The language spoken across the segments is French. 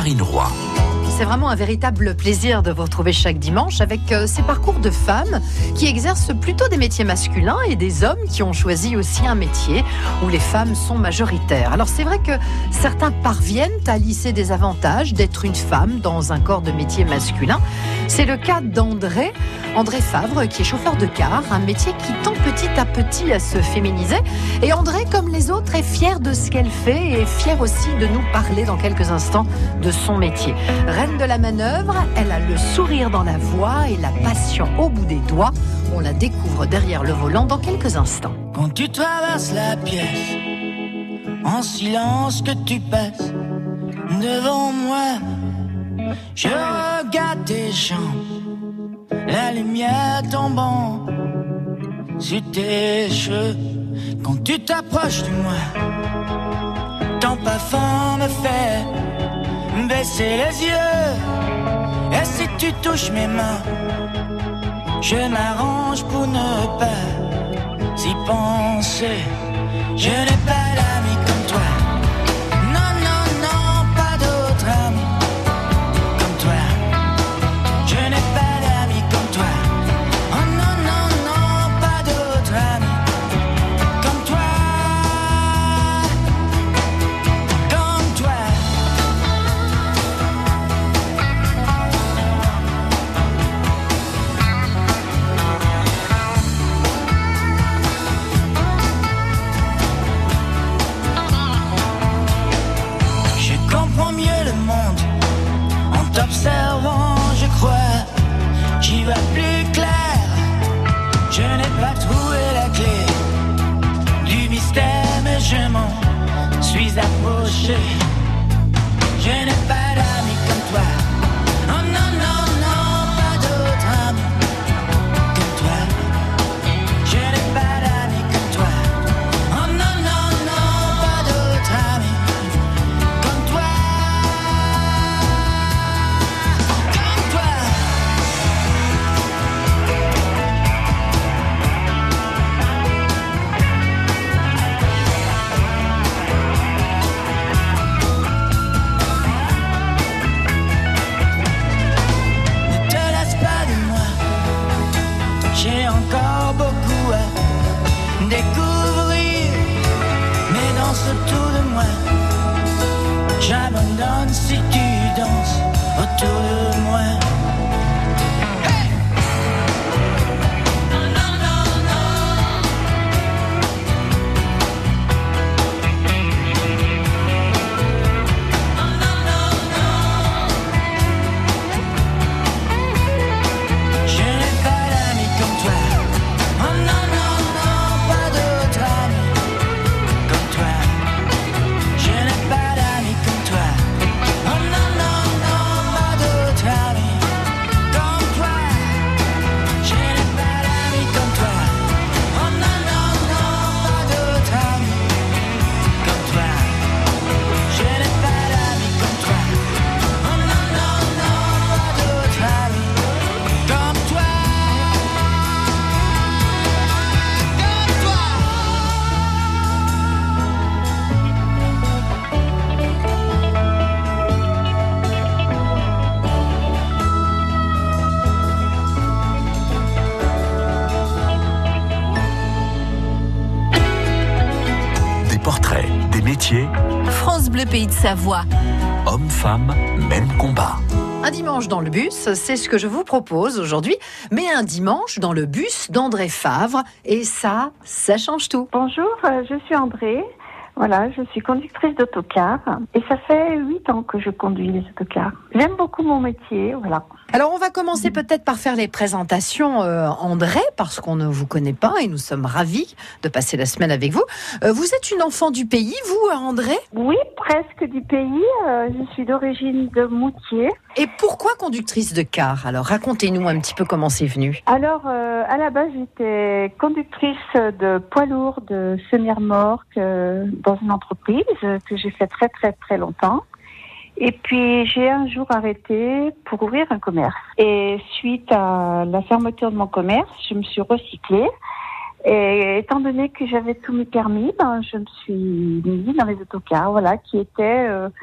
Marine Roy. C'est vraiment un véritable plaisir de vous retrouver chaque dimanche avec ces parcours de femmes qui exercent plutôt des métiers masculins et des hommes qui ont choisi aussi un métier où les femmes sont majoritaires. Alors c'est vrai que certains parviennent à lisser des avantages d'être une femme dans un corps de métier masculin. C'est le cas d'André Favre qui est chauffeur de car, un métier qui tend petit à petit à se féminiser. Et André, comme les autres, est fière de ce qu'elle fait et est fière aussi de nous parler dans quelques instants de son métier. Reine de la manœuvre, elle a le sourire dans la voix et la passion au bout des doigts. On la découvre derrière le volant dans quelques instants. Quand tu traverses la pièce, en silence que tu passes devant moi, je regarde tes jambes, la lumière tombant sur tes cheveux. Quand tu t'approches de moi, ton parfum me fait baisser les yeux. Et si tu touches mes mains, je m'arrange pour ne pas y penser. Je n'ai pas d'amis comme toi. Non, non, non, pas d'autres amis comme toi. Je n'ai pas d'amis comme toi. Oh non, non, non, pas d'autres amis comme toi. Comme toi. T'observant, je crois, j'y vois plus clair. Je n'ai pas trouvé la clé du mystère, mais je m'en suis approché. Je n'ai pas d'amis comme toi. Oh non, non, non, pas d'autres amis comme toi. Je n'ai pas d'amis comme toi. Oh non, non, non, pas d'autres amis comme toi. J'ai encore beaucoup à découvrir, mais dans ce tour de moi, j'abandonne si tu danses autour de moi. Hey! Non, non, non, non. Non, non, non, non. Je n'ai pas d'amis comme toi. Oh non, non, non, pas d'autres amis comme toi. Je n'ai pas d'amis comme toi. Oh non, non, non, pas d'autres amis comme toi. Je n'ai pas d'amis comme toi. Oh non, non, non, pas d'autres amis comme toi. Je n'ai pas d'amis comme toi. Oh non, non, non, pas d'autres amis comme toi. Des portraits, des métiers, France Bleu Pays de Savoie. hommes, femmes, même combat. Un dimanche dans le bus, c'est ce que je vous propose aujourd'hui, mais un dimanche dans le bus d'André Favre, et ça change tout. Bonjour, je suis André. Voilà, je suis conductrice d'autocar et ça fait 8 ans que je conduis les autocars. J'aime beaucoup mon métier, voilà. Alors on va commencer peut-être par faire les présentations, André, parce qu'on ne vous connaît pas et nous sommes ravis de passer la semaine avec vous. Vous êtes une enfant du pays, vous, André ? Oui, presque du pays. Je suis d'origine de Moutier. Et pourquoi conductrice de car ? Alors racontez-nous un petit peu comment c'est venu. Alors, à la base, j'étais conductrice de poids lourd de semi-remorque dans une entreprise que j'ai fait très très très longtemps. Et puis, j'ai un jour arrêté pour ouvrir un commerce. Et suite à la fermeture de mon commerce, je me suis recyclée. Et étant donné que j'avais tous mes permis, je me suis mise dans les autocars, voilà, qui étaient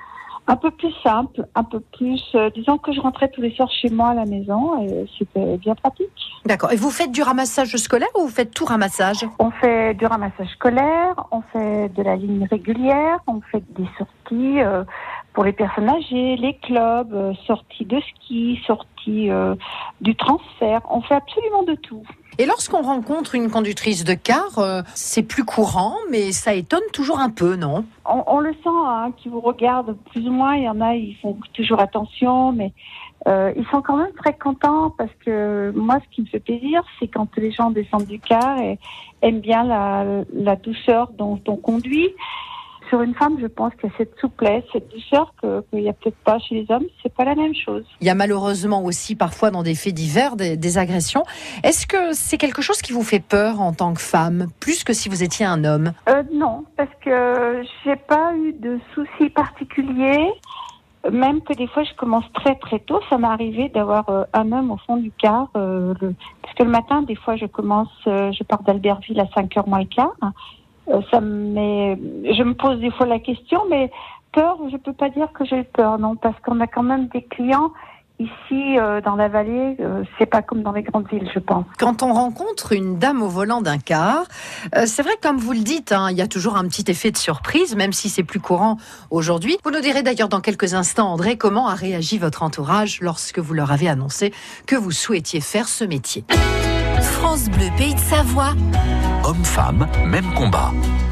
Un peu plus simple, un peu plus... disons que je rentrais tous les soirs chez moi à la maison et c'était bien pratique. D'accord. Et vous faites du ramassage scolaire ou vous faites tout ramassage ? On fait du ramassage scolaire, on fait de la ligne régulière, on fait des sorties pour les personnes âgées, les clubs, sorties de ski, sorties du transfert. On fait absolument de tout. Et lorsqu'on rencontre une conductrice de car, c'est plus courant, mais ça étonne toujours un peu, non ? On le sent, hein, qui vous regardent plus ou moins. Il y en a, ils font toujours attention, mais ils sont quand même très contents parce que moi, ce qui me fait plaisir, c'est quand les gens descendent du car et aiment bien la douceur dont on conduit. Sur une femme, je pense qu'il y a cette souplesse, cette douceur qu'il n'y a peut-être pas chez les hommes. C'est pas la même chose. Il y a malheureusement aussi parfois dans des faits divers des agressions. Est-ce que c'est quelque chose qui vous fait peur en tant que femme, plus que si vous étiez un homme ? Non, parce que j'ai pas eu de soucis particuliers. Même que des fois, je commence très très tôt. Ça m'est arrivé d'avoir un homme au fond du car. Parce que le matin, des fois, je pars d'Albertville à 5h moins le quart. Je me pose des fois la question, mais peur, je peux pas dire que j'ai eu peur, non, parce qu'on a quand même des clients ici dans la vallée, c'est pas comme dans les grandes villes, je pense. Quand on rencontre une dame au volant d'un car, c'est vrai, comme vous le dites, il y a toujours un petit effet de surprise, même si c'est plus courant aujourd'hui. Vous nous direz d'ailleurs dans quelques instants, André, comment a réagi votre entourage lorsque vous leur avez annoncé que vous souhaitiez faire ce métier. France Bleu, Pays de Savoie. Hommes-femmes, même combat.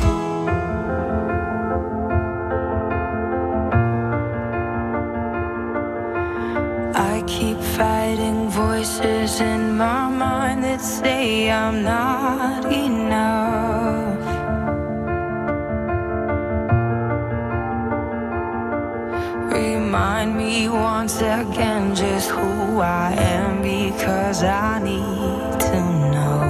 I keep fighting voices in my mind that say I'm not enough. Remind me once again just who I am, because I need to know.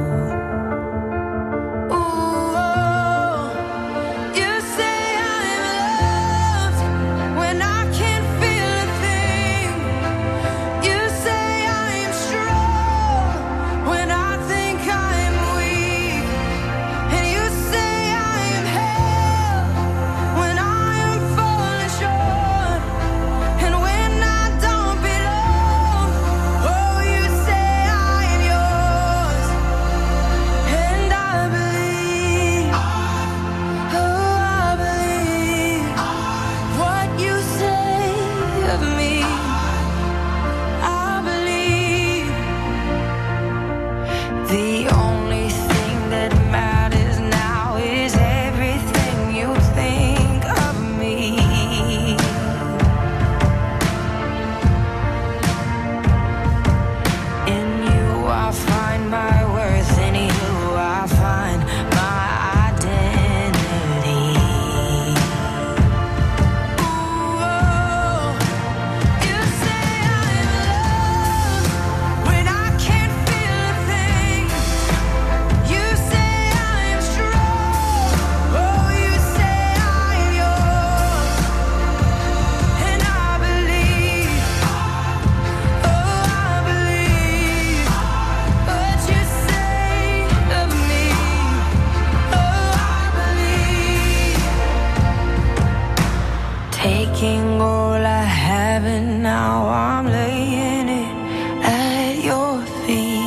Taking all I have and now I'm laying it at your feet.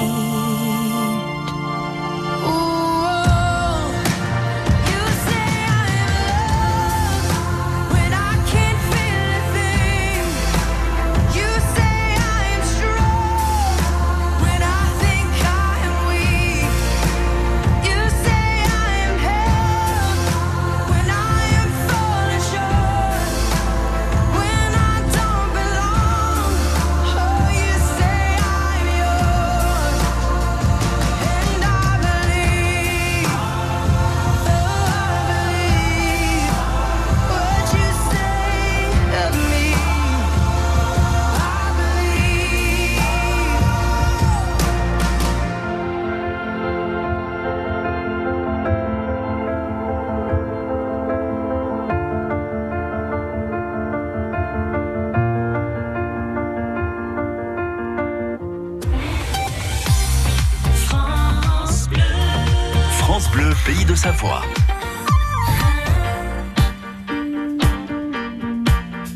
Ooh, you say I'm loved when I can't feel a thing. You say I'm strong when I think I am weak. You say I'm held when I am falling short. When I don't belong, oh, you say I'm yours, and I believe, oh, I believe what you say of me. I believe. France Bleu, Pays de Savoie.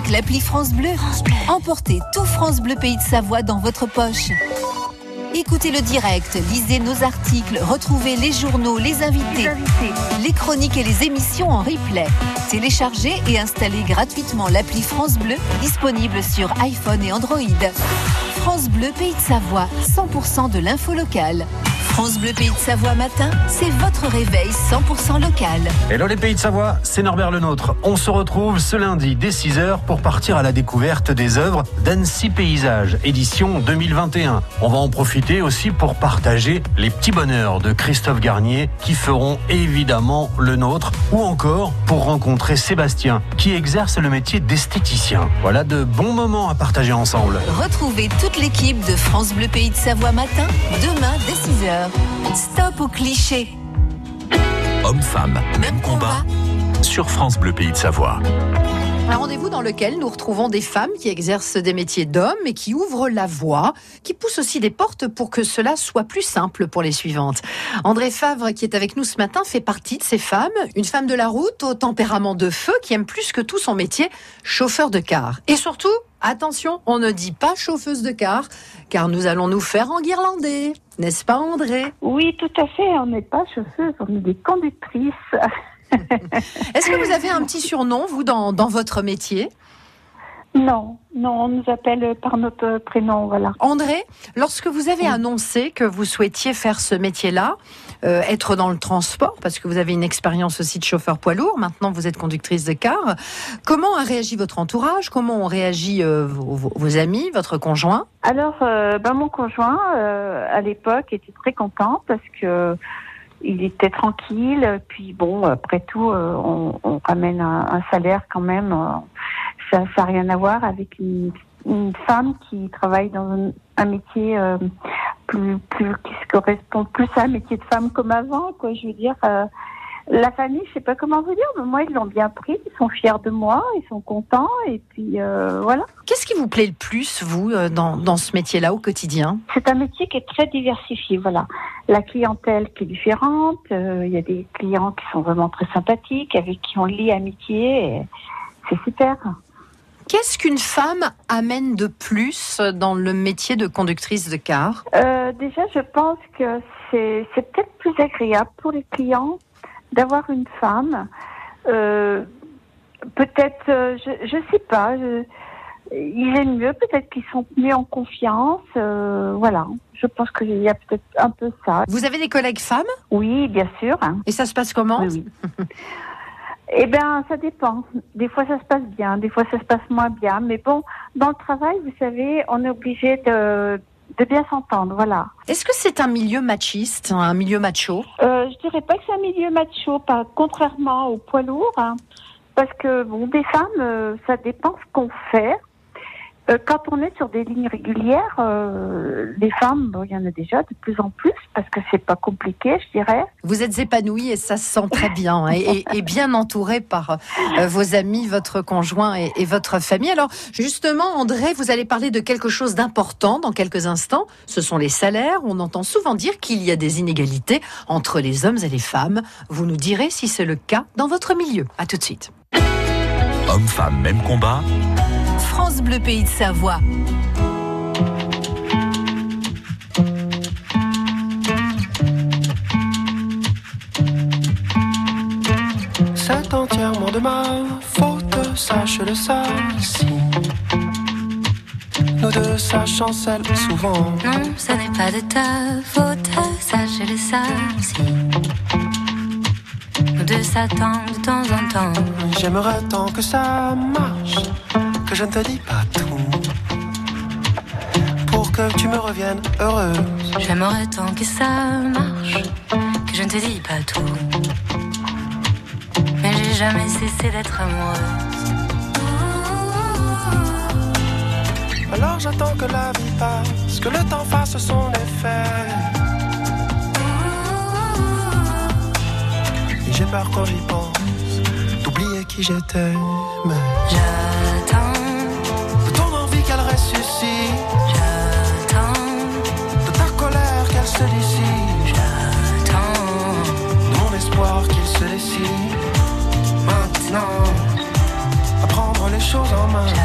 avec l'appli France Bleu. Emportez tout France Bleu Pays de Savoie dans votre poche. Écoutez le direct, lisez nos articles, retrouvez les journaux, les invités, les chroniques et les émissions en replay. Téléchargez et installez gratuitement l'appli France Bleu, disponible sur iPhone et Android. France Bleu Pays de Savoie, 100% de l'info locale. France Bleu Pays de Savoie matin, c'est votre réveil 100% local. Hello les Pays de Savoie, c'est Norbert Lenôtre. On se retrouve ce lundi dès 6h pour partir à la découverte des œuvres d'Annecy Paysages, édition 2021. On va en profiter aussi pour partager les petits bonheurs de Christophe Garnier qui feront évidemment le nôtre, ou encore pour rencontrer Sébastien qui exerce le métier d'esthéticien. Voilà de bons moments à partager ensemble. Retrouvez toute l'équipe de France Bleu Pays de Savoie matin, demain dès 6h. Stop aux clichés. Homme-femme, même combat sur France Bleu Pays de Savoie. Un rendez-vous dans lequel nous retrouvons des femmes qui exercent des métiers d'hommes et qui ouvrent la voie, qui poussent aussi des portes pour que cela soit plus simple pour les suivantes. André Favre, qui est avec nous ce matin, fait partie de ces femmes. Une femme de la route au tempérament de feu qui aime plus que tout son métier, chauffeur de car. Et surtout, attention, on ne dit pas chauffeuse de car, car nous allons nous faire enguirlander. N'est-ce pas André ? Oui, tout à fait. On n'est pas chauffeuse, on est des conductrices. Est-ce que vous avez un petit surnom, vous, dans votre métier ? Non, on nous appelle par notre prénom, voilà. André, lorsque vous avez annoncé que vous souhaitiez faire ce métier-là, être dans le transport, parce que vous avez une expérience aussi de chauffeur poids lourd, maintenant vous êtes conductrice de car, comment a réagi votre entourage ? Comment ont réagi vos amis, votre conjoint ? Alors, mon conjoint, à l'époque, était très content parce que il était tranquille, puis bon, après tout, on ramène un salaire quand même. Ça n'a rien à voir avec une femme qui travaille dans un métier plus qui se correspond plus à un métier de femme comme avant, quoi. Je veux dire, la famille, je sais pas comment vous dire, mais moi ils l'ont bien pris, ils sont fiers de moi, ils sont contents, et puis voilà. Qu'est-ce qui vous plaît le plus, vous, dans ce métier-là au quotidien ? C'est un métier qui est très diversifié, voilà. La clientèle qui est différente, il y a des clients qui sont vraiment très sympathiques, avec qui on lie amitié, et c'est super. Qu'est-ce qu'une femme amène de plus dans le métier de conductrice de car ? Déjà, je pense que c'est peut-être plus agréable pour les clients d'avoir une femme. Peut-être, je sais pas, ils aiment mieux, peut-être qu'ils sont mieux en confiance, voilà. Je pense qu'il y a peut-être un peu ça. Vous avez des collègues femmes ? Oui, bien sûr. Et ça se passe comment ? Oui. Eh bien, ça dépend. Des fois, ça se passe bien, des fois, ça se passe moins bien. Mais bon, dans le travail, vous savez, on est obligé de bien s'entendre, voilà. Est-ce que c'est un milieu machiste, un milieu macho ? Je dirais pas que c'est un milieu macho, contrairement au poids lourd, hein, parce que, bon, des femmes, ça dépend ce qu'on fait. Quand on est sur des lignes régulières, les femmes, bon, il y en a déjà de plus en plus, parce que c'est pas compliqué, je dirais. Vous êtes épanouie et ça se sent très bien, et bien entourée par vos amis, votre conjoint et votre famille. Alors, justement, André, vous allez parler de quelque chose d'important dans quelques instants. Ce sont les salaires. On entend souvent dire qu'il y a des inégalités entre les hommes et les femmes. Vous nous direz si c'est le cas dans votre milieu. À tout de suite. Homme-femme, même combat. France Bleu Pays de Savoie. C'est entièrement de ma faute, sache-le ça. Si nous deux ça chancelle souvent. Non, ce n'est pas de ta faute, sache-le ça aussi. Nous deux s'attendent de temps en temps. J'aimerais tant que ça marche, que je ne te dis pas tout, pour que tu me reviennes heureuse. J'aimerais tant que ça marche, que je ne te dis pas tout, mais j'ai jamais cessé d'être amoureuse. Alors j'attends que la vie passe, que le temps fasse son effet. Et j'ai peur quand j'y pense d'oublier qui j'étais, mais j'attends de ton envie qu'elle ressuscite. J'attends de ta colère qu'elle se dissipe. J'attends de mon espoir qu'il se décide. maintenant à prendre les choses en main.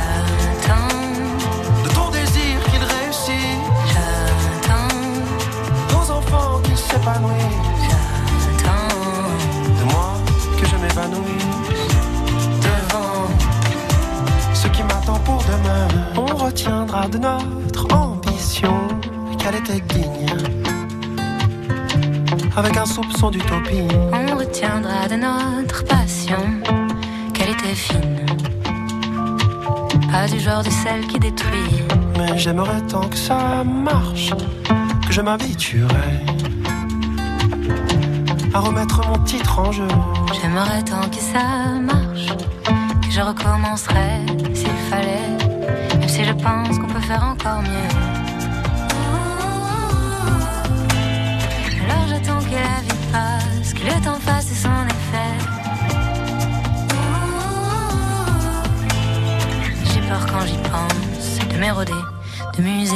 s'épanouisse. J'attends De moi que je m'évanouisse devant ce qui m'attend pour demain. On retiendra de notre ambition qu'elle était digne, avec un soupçon d'utopie. On retiendra de notre passion qu'elle était fine, pas du genre de celle qui détruit. Mais j'aimerais tant que ça marche, que je m'habituerais à remettre mon titre en jeu. J'aimerais tant que ça marche, que je recommencerais s'il fallait, même si je pense qu'on peut faire encore mieux. Alors j'attends que la vie passe, que le temps fasse son effet. J'ai peur quand j'y pense, de m'éroder, de muser.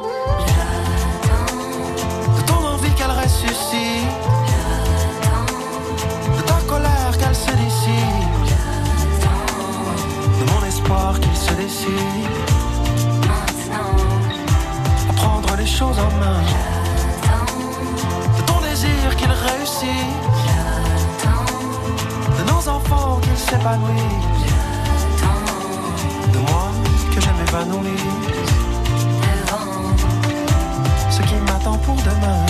De ton envie qu'elle ressuscite, de ta colère qu'elle se dissipe, de mon espoir qu'il se décide à prendre les choses en main, de ton désir qu'il réussisse, de nos enfants qu'ils s'épanouissent, de moi que je m'épanouisse devant ce qui m'attend pour demain.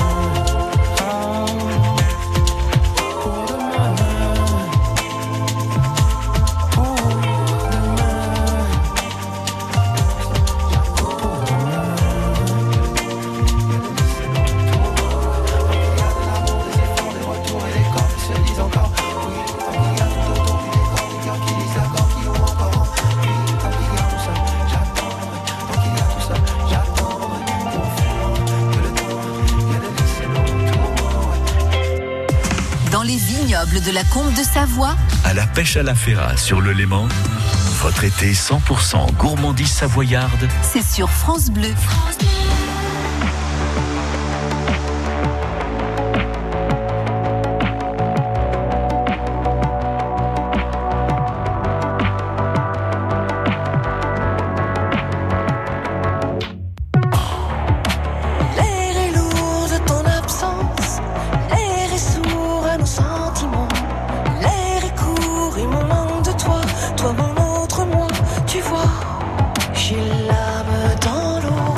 De la Combe de Savoie à la pêche à la Ferra sur le Léman. Votre été 100% gourmandise savoyarde. C'est sur France Bleu. J'ai l'âme dans l'eau.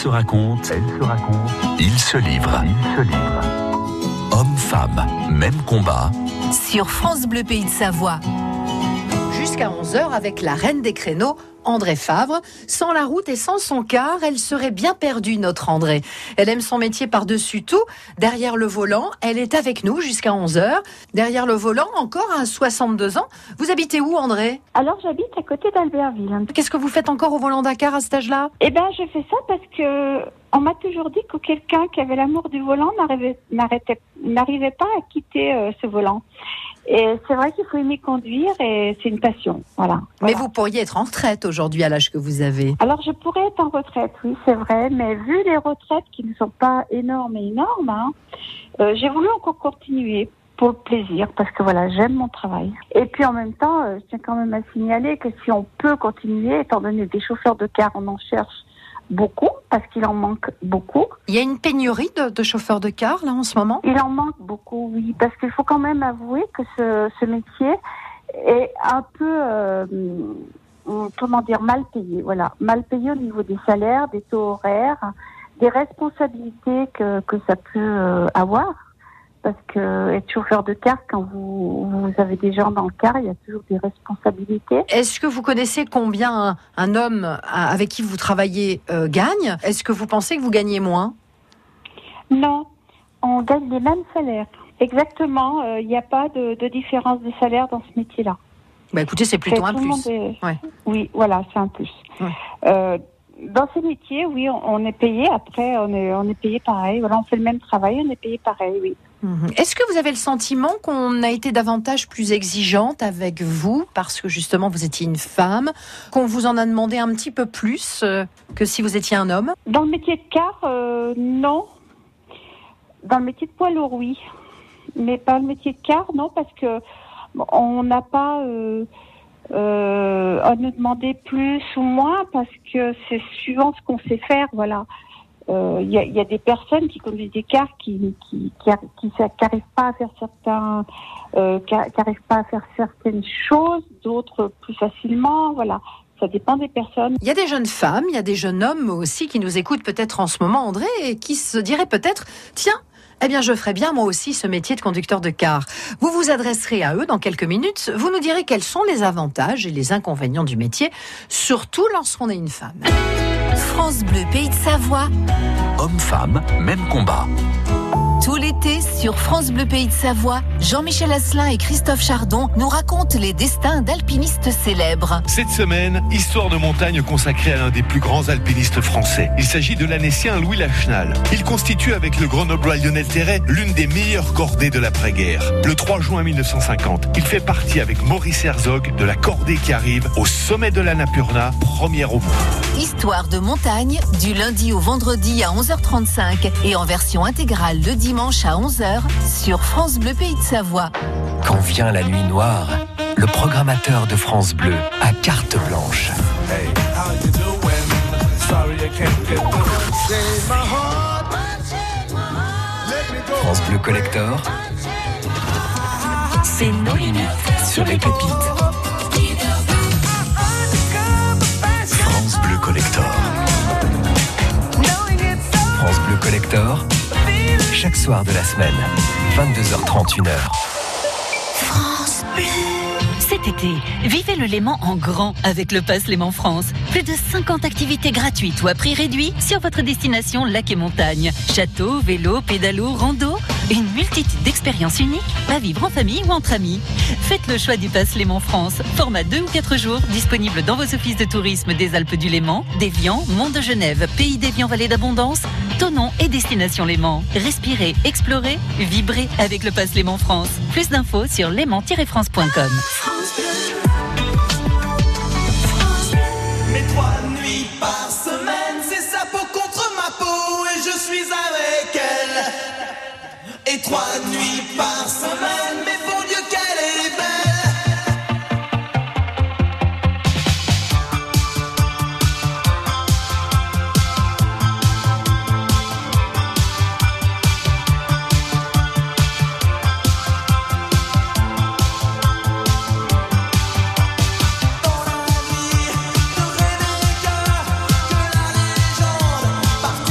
se raconte, il se livre. Homme-femme, même combat. Sur France Bleu Pays de Savoie. Jusqu'à 11h avec la reine des créneaux, André Favre. Sans la route et sans son car, elle serait bien perdue, notre André. Elle aime son métier par-dessus tout. Derrière le volant, elle est avec nous jusqu'à 11h. Derrière le volant, encore à 62 ans. Vous habitez où, André ? Alors, j'habite à côté d'Albertville. Qu'est-ce que vous faites encore au volant d'un car à cet âge-là ? Eh bien, je fais ça parce que on m'a toujours dit que quelqu'un qui avait l'amour du volant n'arrivait pas à quitter ce volant. Et c'est vrai qu'il faut aimer conduire et c'est une passion. Voilà. Mais vous pourriez être en retraite aujourd'hui à l'âge que vous avez. Alors, je pourrais être en retraite, oui, c'est vrai. Mais vu les retraites qui ne sont pas énormes, j'ai voulu encore continuer pour le plaisir parce que voilà, j'aime mon travail. Et puis en même temps, je tiens quand même à signaler que si on peut continuer, étant donné des chauffeurs de car, on en cherche beaucoup, parce qu'il en manque beaucoup. Il y a une pénurie de chauffeurs de car, là, en ce moment ? Il en manque beaucoup, oui, parce qu'il faut quand même avouer que ce métier est un peu, mal payé, voilà. Mal payé au niveau des salaires, des taux horaires, des responsabilités que ça peut avoir. Parce que être chauffeur de car, quand vous avez des gens dans le car, il y a toujours des responsabilités. Est-ce que vous connaissez combien un homme avec qui vous travaillez gagne ? Est-ce que vous pensez que vous gagnez moins ? Non, on gagne les mêmes salaires. Exactement, il n'y a pas de différence de salaire dans ce métier-là. Bah écoutez, c'est plutôt un plus. Ouais. Oui, voilà, c'est un plus. Ouais. Dans ces métiers, oui, on est payé. Après, on est payé pareil. Voilà, on fait le même travail, on est payé pareil, oui. Est-ce que vous avez le sentiment qu'on a été davantage plus exigeante avec vous parce que justement vous étiez une femme, qu'on vous en a demandé un petit peu plus que si vous étiez un homme ? Dans le métier de car, non. Dans le métier de poids lourd, oui. Mais pas le métier de car, non, parce que on n'a pas à nous demander plus ou moins parce que c'est suivant ce qu'on sait faire, voilà. Il y a des personnes qui conduisent des cars qui n'arrivent pas à faire certaines choses, d'autres plus facilement, voilà. Ça dépend des personnes. Il y a des jeunes femmes, il y a des jeunes hommes aussi qui nous écoutent peut-être en ce moment, André, et qui se diraient peut-être, tiens, eh bien, je ferais bien moi aussi ce métier de conducteur de car. Vous vous adresserez à eux dans quelques minutes. Vous nous direz quels sont les avantages et les inconvénients du métier, surtout lorsqu'on est une femme. France Bleu Pays de Savoie. Homme-femme, même combat. Tout l'été, sur France Bleu Pays de Savoie, Jean-Michel Asselin et Christophe Chardon nous racontent les destins d'alpinistes célèbres. Cette semaine, histoire de montagne consacrée à l'un des plus grands alpinistes français. Il s'agit de l'Annécien Louis Lachenal. Il constitue avec le Grenoblois Lionel Terray l'une des meilleures cordées de l'après-guerre. Le 3 juin 1950, il fait partie avec Maurice Herzog de la cordée qui arrive au sommet de l'Annapurna, première au monde. Histoire de montagne, du lundi au vendredi à 11h35 et en version intégrale le dimanche à 11h sur France Bleu Pays de Savoie. Quand vient la nuit noire, le programmateur de France Bleu a carte blanche. Hey, how you doing? Sorry, I can't get France Bleu Collector, c'est nos limites sur les pépites. France Bleu Collector. France Bleu Collector, chaque soir de la semaine, 22h30, 1h. France Bleu. Cet été, vivez le Léman en grand avec le Pass Léman France. Plus de 50 activités gratuites ou à prix réduit sur votre destination lac et montagne. Château, vélo, pédalo, rando. Une multitude d'expériences uniques à vivre en famille ou entre amis. Faites le choix du Pass Léman France. Format 2 ou 4 jours, disponible dans vos offices de tourisme des Alpes du Léman, d'Évian, Mont de Genève, Pays d'Évian, Vallée d'Abondance, Thonon et Destination Léman. Respirez, explorez, vibrez avec le Pass Léman France. Plus d'infos sur léman-france.com. Mais 3 nuits par semaine, c'est sa peau contre ma peau et je suis avec elle. Et 3 nuits par semaine, mais bon Dieu qu'elle est belle. Dans la nuit, de rêver que la légende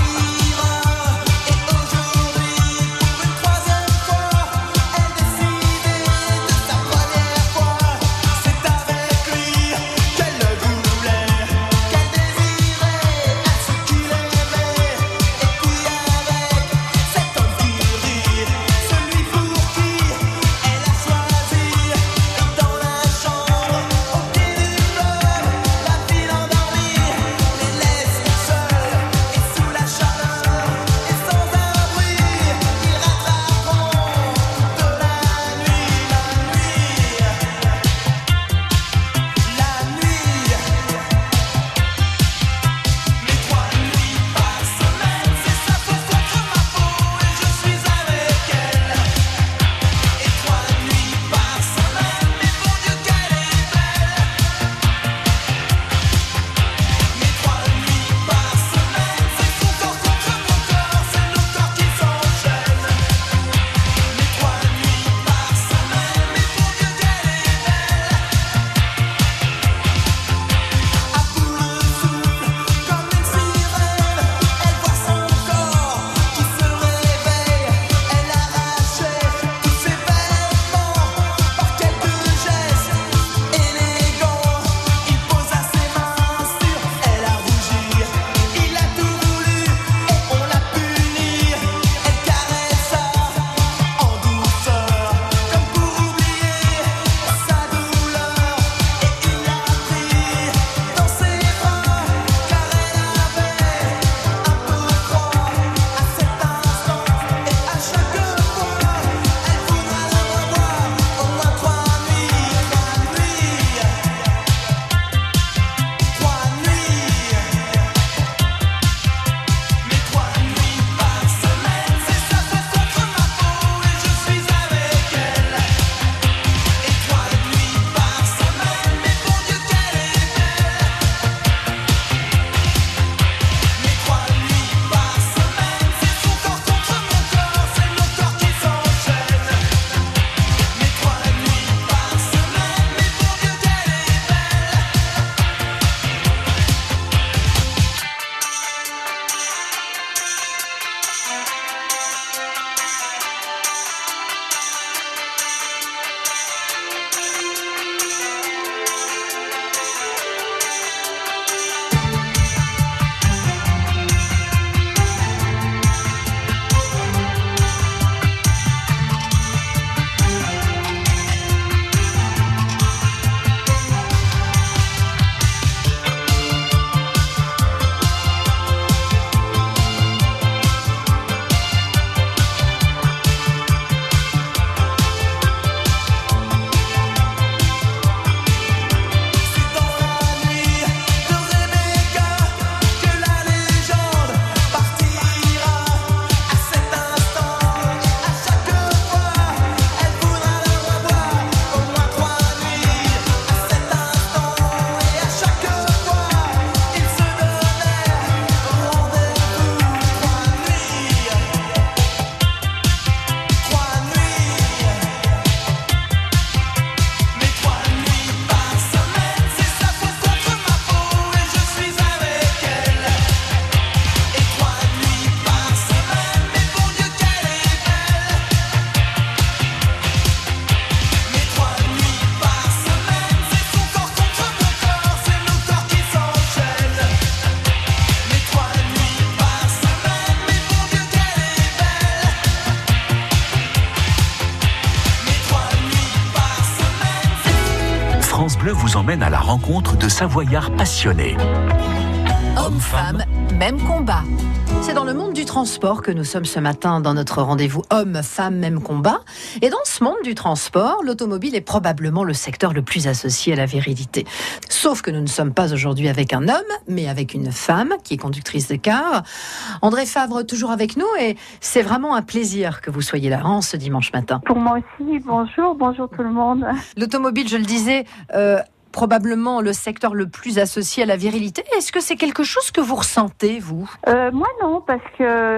France Bleu vous emmène à la rencontre de Savoyards passionnés. Hommes-femmes, même combat. C'est dans le monde du transport que nous sommes ce matin dans notre rendez-vous Hommes-Femmes, même combat. Et dans ce monde du transport, l'automobile est probablement le secteur le plus associé à la virilité. Sauf que nous ne sommes pas aujourd'hui avec un homme, mais avec une femme qui est conductrice de car. André Favre, toujours avec nous, et c'est vraiment un plaisir que vous soyez là ce dimanche matin. Pour moi aussi, bonjour tout le monde. L'automobile, je le disais, probablement le secteur le plus associé à la virilité. Est-ce que c'est quelque chose que vous ressentez, vous ? Moi non, parce que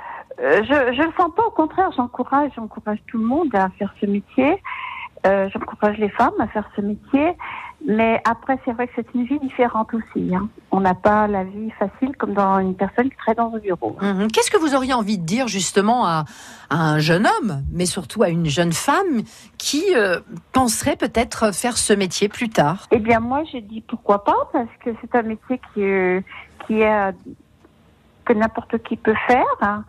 je le sens pas. Au contraire, j'encourage tout le monde à faire ce métier. J'encourage les femmes à faire ce métier. Mais après, c'est vrai que c'est une vie différente aussi. Hein. On n'a pas la vie facile comme dans une personne qui travaille dans un bureau. Qu'est-ce que vous auriez envie de dire justement à un jeune homme, mais surtout à une jeune femme qui penserait peut-être faire ce métier plus tard ? Eh bien, moi, j'ai dit pourquoi pas, parce que c'est un métier qui est que n'importe qui peut faire.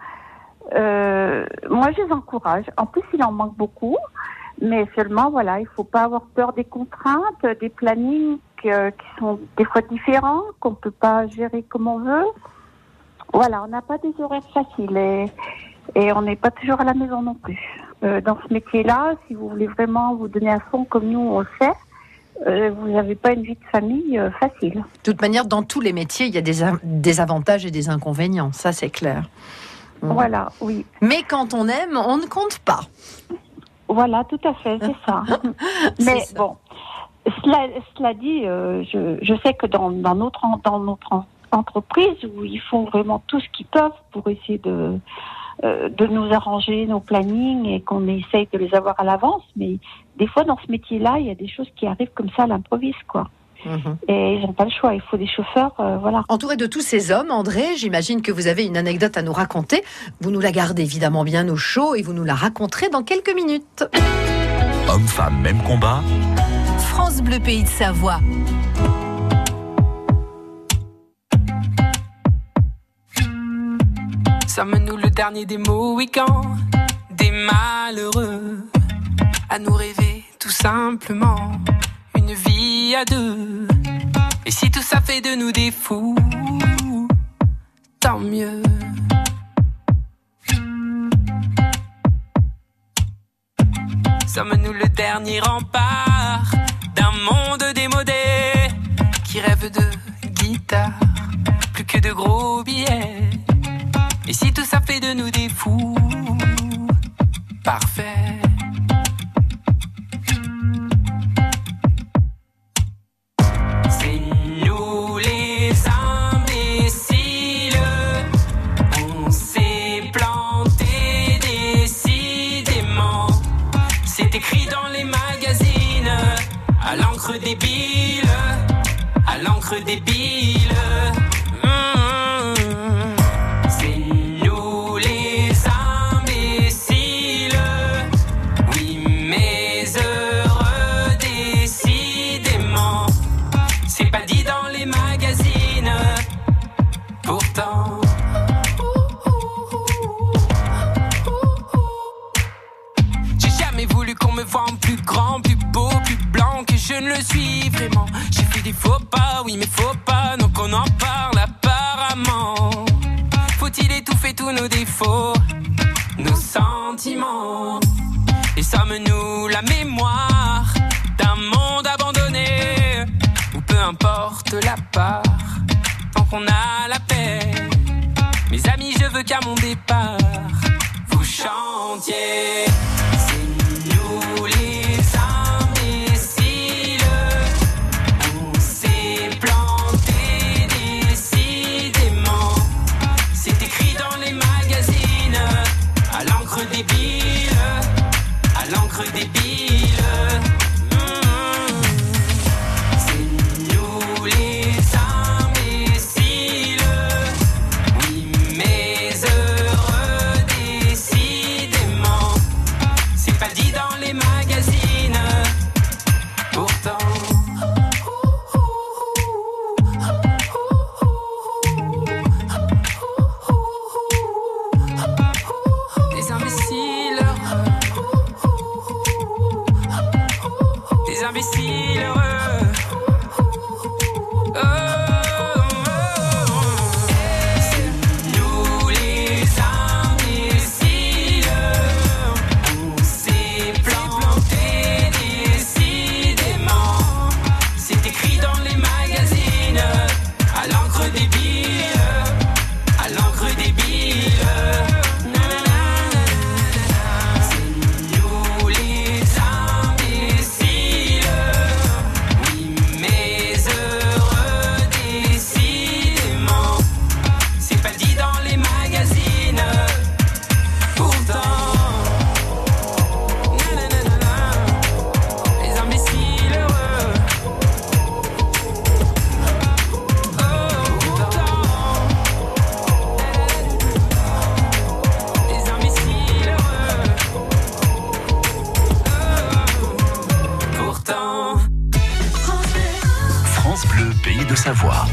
Moi, je les encourage. En plus, il en manque beaucoup. Mais seulement, voilà, il ne faut pas avoir peur des contraintes, des plannings qui sont des fois différents, qu'on ne peut pas gérer comme on veut. Voilà, on n'a pas des horaires faciles et on n'est pas toujours à la maison non plus. Dans ce métier-là, si vous voulez vraiment vous donner à fond comme nous, on le fait, vous n'avez pas une vie de famille facile. De toute manière, dans tous les métiers, il y a des avantages et des inconvénients, ça c'est clair. Voilà, oui. Mais quand on aime, on ne compte pas. Voilà, tout à fait, c'est ça. Mais c'est ça. Bon, cela dit, je sais que dans notre entreprise, où ils font vraiment tout ce qu'ils peuvent pour essayer de nous arranger nos plannings et qu'on essaye de les avoir à l'avance, mais des fois dans ce métier-là, il y a des choses qui arrivent comme ça à l'improviste, quoi. Et ils n'ont pas le choix, il faut des chauffeurs, voilà. Entouré de tous ces hommes, André, j'imagine que vous avez une anecdote à nous raconter. Vous nous la gardez évidemment bien au chaud et vous nous la raconterez dans quelques minutes. Hommes-femmes, même combat. France Bleu Pays de Savoie. Sommes-nous le dernier des Mohicans, des malheureux, à nous rêver tout simplement une vie à deux. Et si tout ça fait de nous des fous, tant mieux. Sommes-nous le dernier rempart d'un monde démodé qui rêve de guitare, plus que de gros billets. Et si tout ça fait de nous des fous, parfait. Débile, à l'encre débile. C'est nous les imbéciles. Oui, mais heureux décidément. C'est pas dit dans les magazines. Pourtant. J'ai jamais voulu qu'on me voie en plus grand, plus beau, plus blanc que je ne le suis vraiment. J'ai fait des faux pas, oui mais faux pas, donc on en parle apparemment. Faut-il étouffer tous nos défauts, nos sentiments? Et sommes-nous la mémoire d'un monde abandonné, ou peu importe la part, tant qu'on a la paix? Mes amis, je veux qu'à mon départ vous chantiez. C'est nous les débile, à l'encre débile. C'est nous les imbéciles. Oui, mais heureux décidément. C'est pas dit dans les magazines. Pourtant. Des imbéciles heureux. Savoie.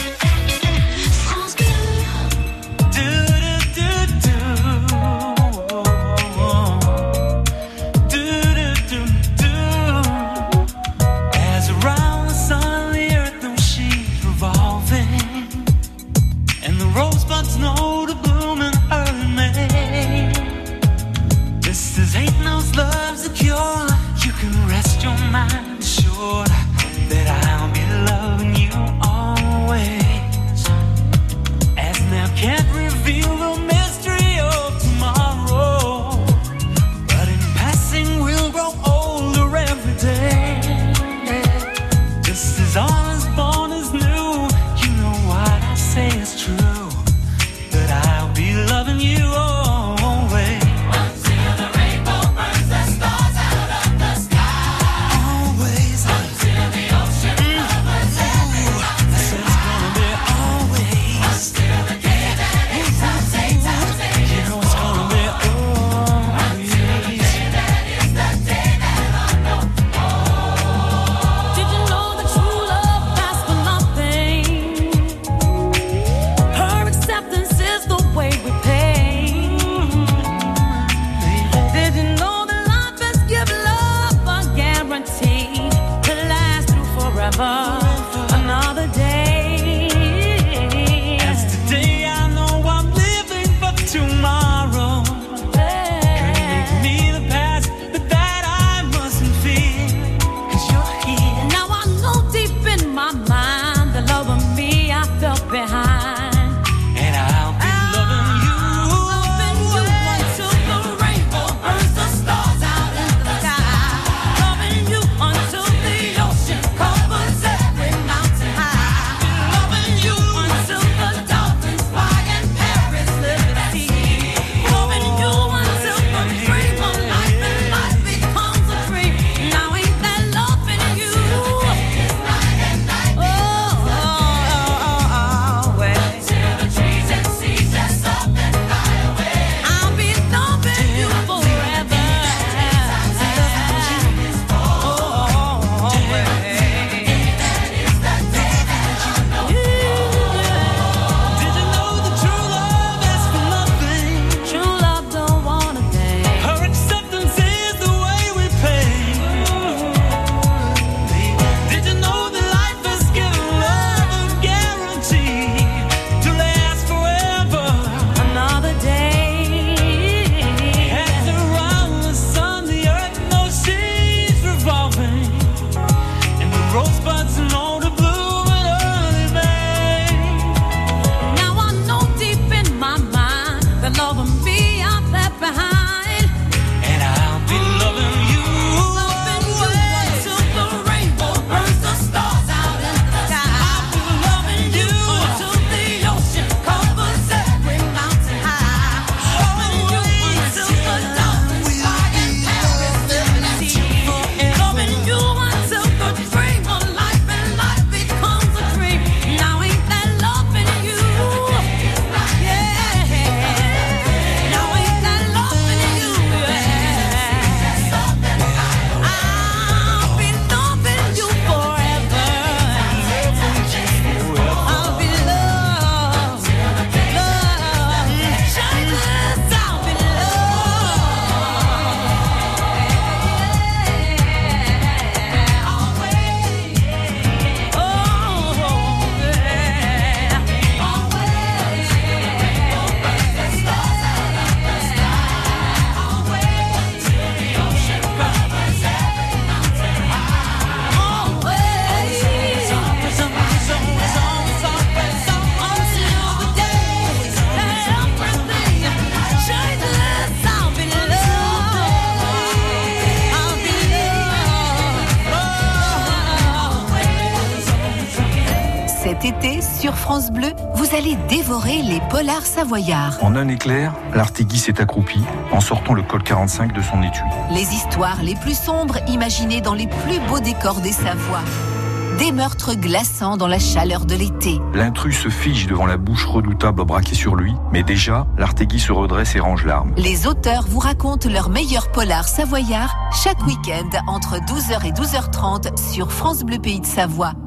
Cet été, sur France Bleu, vous allez dévorer les polars savoyards. En un éclair, l'Artéguis s'est accroupi en sortant le col 45 de son étui. Les histoires les plus sombres imaginées dans les plus beaux décors des Savoies. Des meurtres glaçants dans la chaleur de l'été. L'intrus se fige devant la bouche redoutable braquée sur lui, mais déjà, l'Artéguis se redresse et range l'arme. Les auteurs vous racontent leurs meilleurs polars savoyards chaque week-end entre 12h et 12h30 sur France Bleu Pays de Savoie.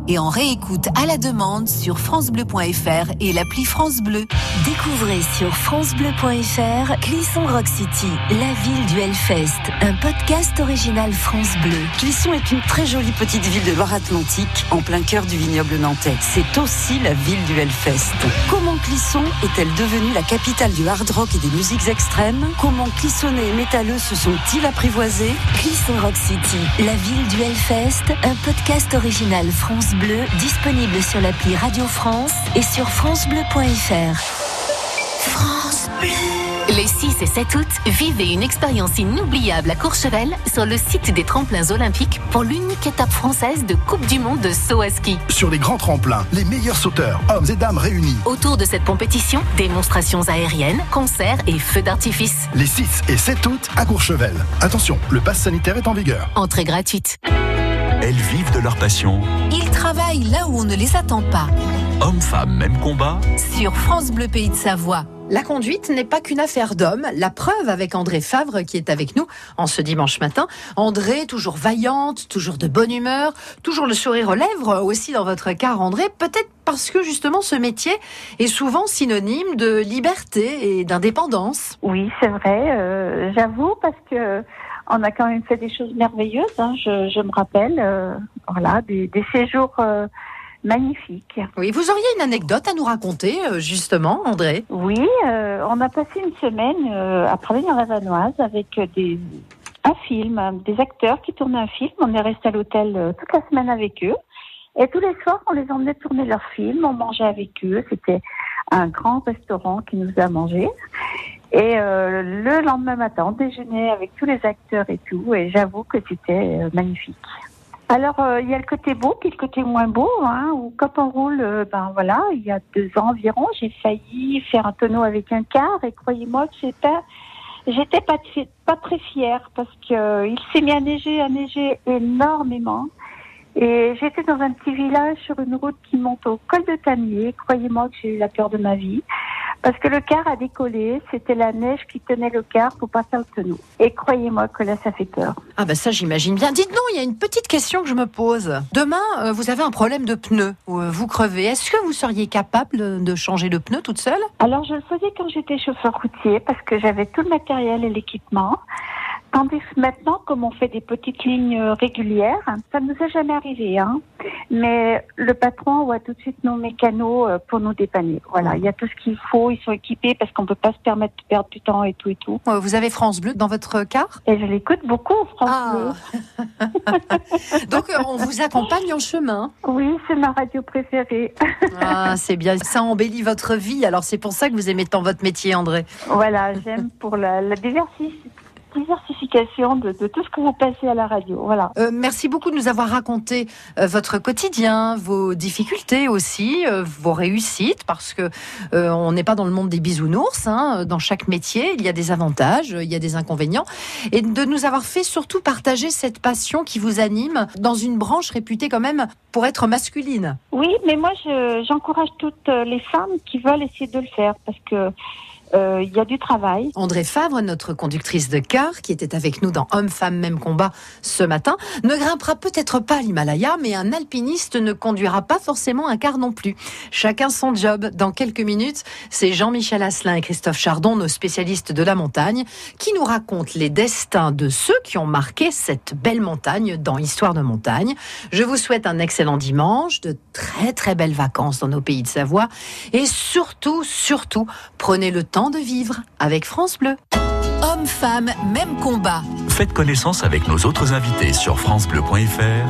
et en réécoute à la demande sur francebleu.fr et l'appli France Bleu. Découvrez sur francebleu.fr Clisson Rock City, la ville du Hellfest, un podcast original France Bleu. Clisson est une très jolie petite ville de Loire-Atlantique, en plein cœur du vignoble nantais. C'est aussi la ville du Hellfest. Comment Clisson est-elle devenue la capitale du hard rock et des musiques extrêmes? Comment Clissonnais et métalleux se sont-ils apprivoisés? Clisson Rock City, la ville du Hellfest, un podcast original France Bleu, disponible sur l'appli Radio France et sur francebleu.fr. France Bleu. Les 6 et 7 août, vivez une expérience inoubliable à Courchevel sur le site des tremplins olympiques pour l'unique étape française de Coupe du Monde de saut à ski. Sur les grands tremplins, les meilleurs sauteurs, hommes et dames réunis. Autour de cette compétition, démonstrations aériennes, concerts et feux d'artifice. Les 6 et 7 août à Courchevel. Attention, le pass sanitaire est en vigueur. Entrée gratuite. Elles vivent de leur passion. Ils travaillent là où on ne les attend pas. Hommes-femmes, même combat. Sur France Bleu Pays de Savoie. La conduite n'est pas qu'une affaire d'hommes. La preuve avec André Favre qui est avec nous en ce dimanche matin. André, toujours vaillante, toujours de bonne humeur, toujours le sourire aux lèvres aussi dans votre car, André. Peut-être parce que justement ce métier est souvent synonyme de liberté et d'indépendance. Oui, c'est vrai. J'avoue parce que on a quand même fait des choses merveilleuses. Hein. Je me rappelle, des séjours magnifique. Oui, vous auriez une anecdote à nous raconter, justement, André? Oui, on a passé une semaine à travailler dans la Vanoise avec un film, des acteurs qui tournaient un film. On est resté à l'hôtel toute la semaine avec eux. Et tous les soirs, on les emmenait tourner leur film, on mangeait avec eux. C'était un grand restaurant qui nous a mangé. Et le lendemain matin, on déjeunait avec tous les acteurs et tout. Et j'avoue que c'était magnifique. Alors, il y a le côté beau puis le côté moins beau, hein, où quand on roule, il y a 2 ans environ, j'ai failli faire un tonneau avec un car et croyez-moi que j'étais pas très fière parce que il s'est mis à neiger énormément. Et j'étais dans un petit village sur une route qui monte au col de Tanier. Croyez-moi que j'ai eu la peur de ma vie. Parce que le car a décollé, c'était la neige qui tenait le car pour pas faire le tonneau. Et croyez-moi que là, ça fait peur. Ah ben ça, j'imagine bien. Dites-nous, il y a une petite question que je me pose. Demain, vous avez un problème de pneu, vous crevez. Est-ce que vous seriez capable de changer le pneu toute seule? Alors, je le faisais quand j'étais chauffeur routier, parce que j'avais tout le matériel et l'équipement. Tandis que maintenant, comme on fait des petites lignes régulières, ça ne nous est jamais arrivé, hein. Mais le patron envoie tout de suite nos mécanos pour nous dépanner. Voilà, il y a tout ce qu'il faut, ils sont équipés parce qu'on peut pas se permettre de perdre du temps et tout et tout. Vous avez France Bleu dans votre car? Et je l'écoute beaucoup, France Bleu. Donc, on vous accompagne en chemin? Oui, c'est ma radio préférée. Ah, c'est bien. Ça embellit votre vie. Alors, c'est pour ça que vous aimez tant votre métier, André. Voilà, j'aime pour la diversification de tout ce que vous passez à la radio. Voilà. Merci beaucoup de nous avoir raconté votre quotidien, vos difficultés aussi, vos réussites, parce que on n'est pas dans le monde des bisounours. Hein. Dans chaque métier, il y a des avantages, il y a des inconvénients, et de nous avoir fait surtout partager cette passion qui vous anime dans une branche réputée quand même pour être masculine. Oui, mais moi j'encourage toutes les femmes qui veulent essayer de le faire, parce que il y a du travail. André Favre, notre conductrice de car, qui était avec nous dans Hommes-Femmes, même combat ce matin, ne grimpera peut-être pas l'Himalaya, mais un alpiniste ne conduira pas forcément un car non plus. Chacun son job. Dans quelques minutes, c'est Jean-Michel Asselin et Christophe Chardon, nos spécialistes de la montagne, qui nous racontent les destins de ceux qui ont marqué cette belle montagne dans Histoire de montagne. Je vous souhaite un excellent dimanche, de très très belles vacances dans nos pays de Savoie, et surtout, prenez le temps de vivre avec France Bleu. Hommes, femmes, même combat. Faites connaissance avec nos autres invités sur francebleu.fr